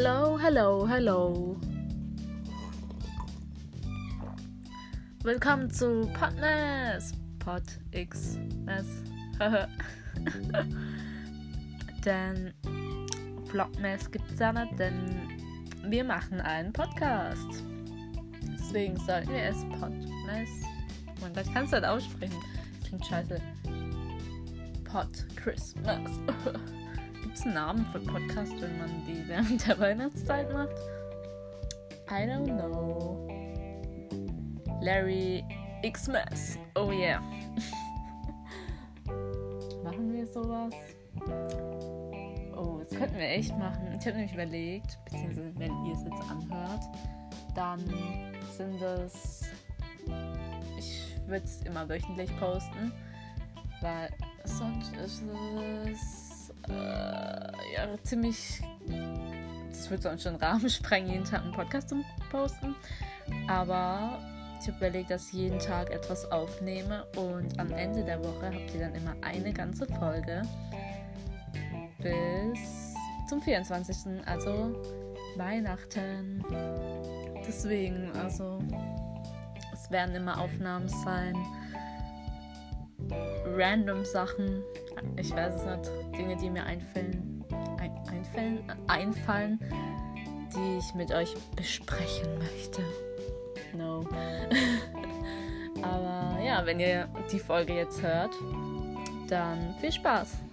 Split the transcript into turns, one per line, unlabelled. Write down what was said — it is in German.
Hello, hello, hello. Willkommen zu Podmas. PodXmas. Denn Vlogmas gibt's ja nicht, denn wir machen einen Podcast. Deswegen sollten wir es Podmas. Und das kannst du halt aussprechen. Das klingt scheiße. Christmas. Gibt es einen Namen für Podcast, wenn man die während der Weihnachtszeit macht? I don't know. Larry Xmas. Oh yeah. Machen wir sowas? Oh, das könnten wir echt machen. Ich habe nämlich überlegt, beziehungsweise wenn ihr es jetzt anhört, dann sind es... Ich würde es immer wöchentlich posten, weil sonst ist es ziemlich... Das wird sonst schon Rahmen sprengen, jeden Tag einen Podcast zu posten. Aber ich habe überlegt, dass ich jeden Tag etwas aufnehme und am Ende der Woche habt ihr dann immer eine ganze Folge bis zum 24., also Weihnachten. Deswegen, also es werden immer Aufnahmen sein, random Sachen, ich weiß es nicht, Dinge, die mir einfallen, die ich mit euch besprechen möchte. No. Aber ja, wenn ihr die Folge jetzt hört, dann viel Spaß.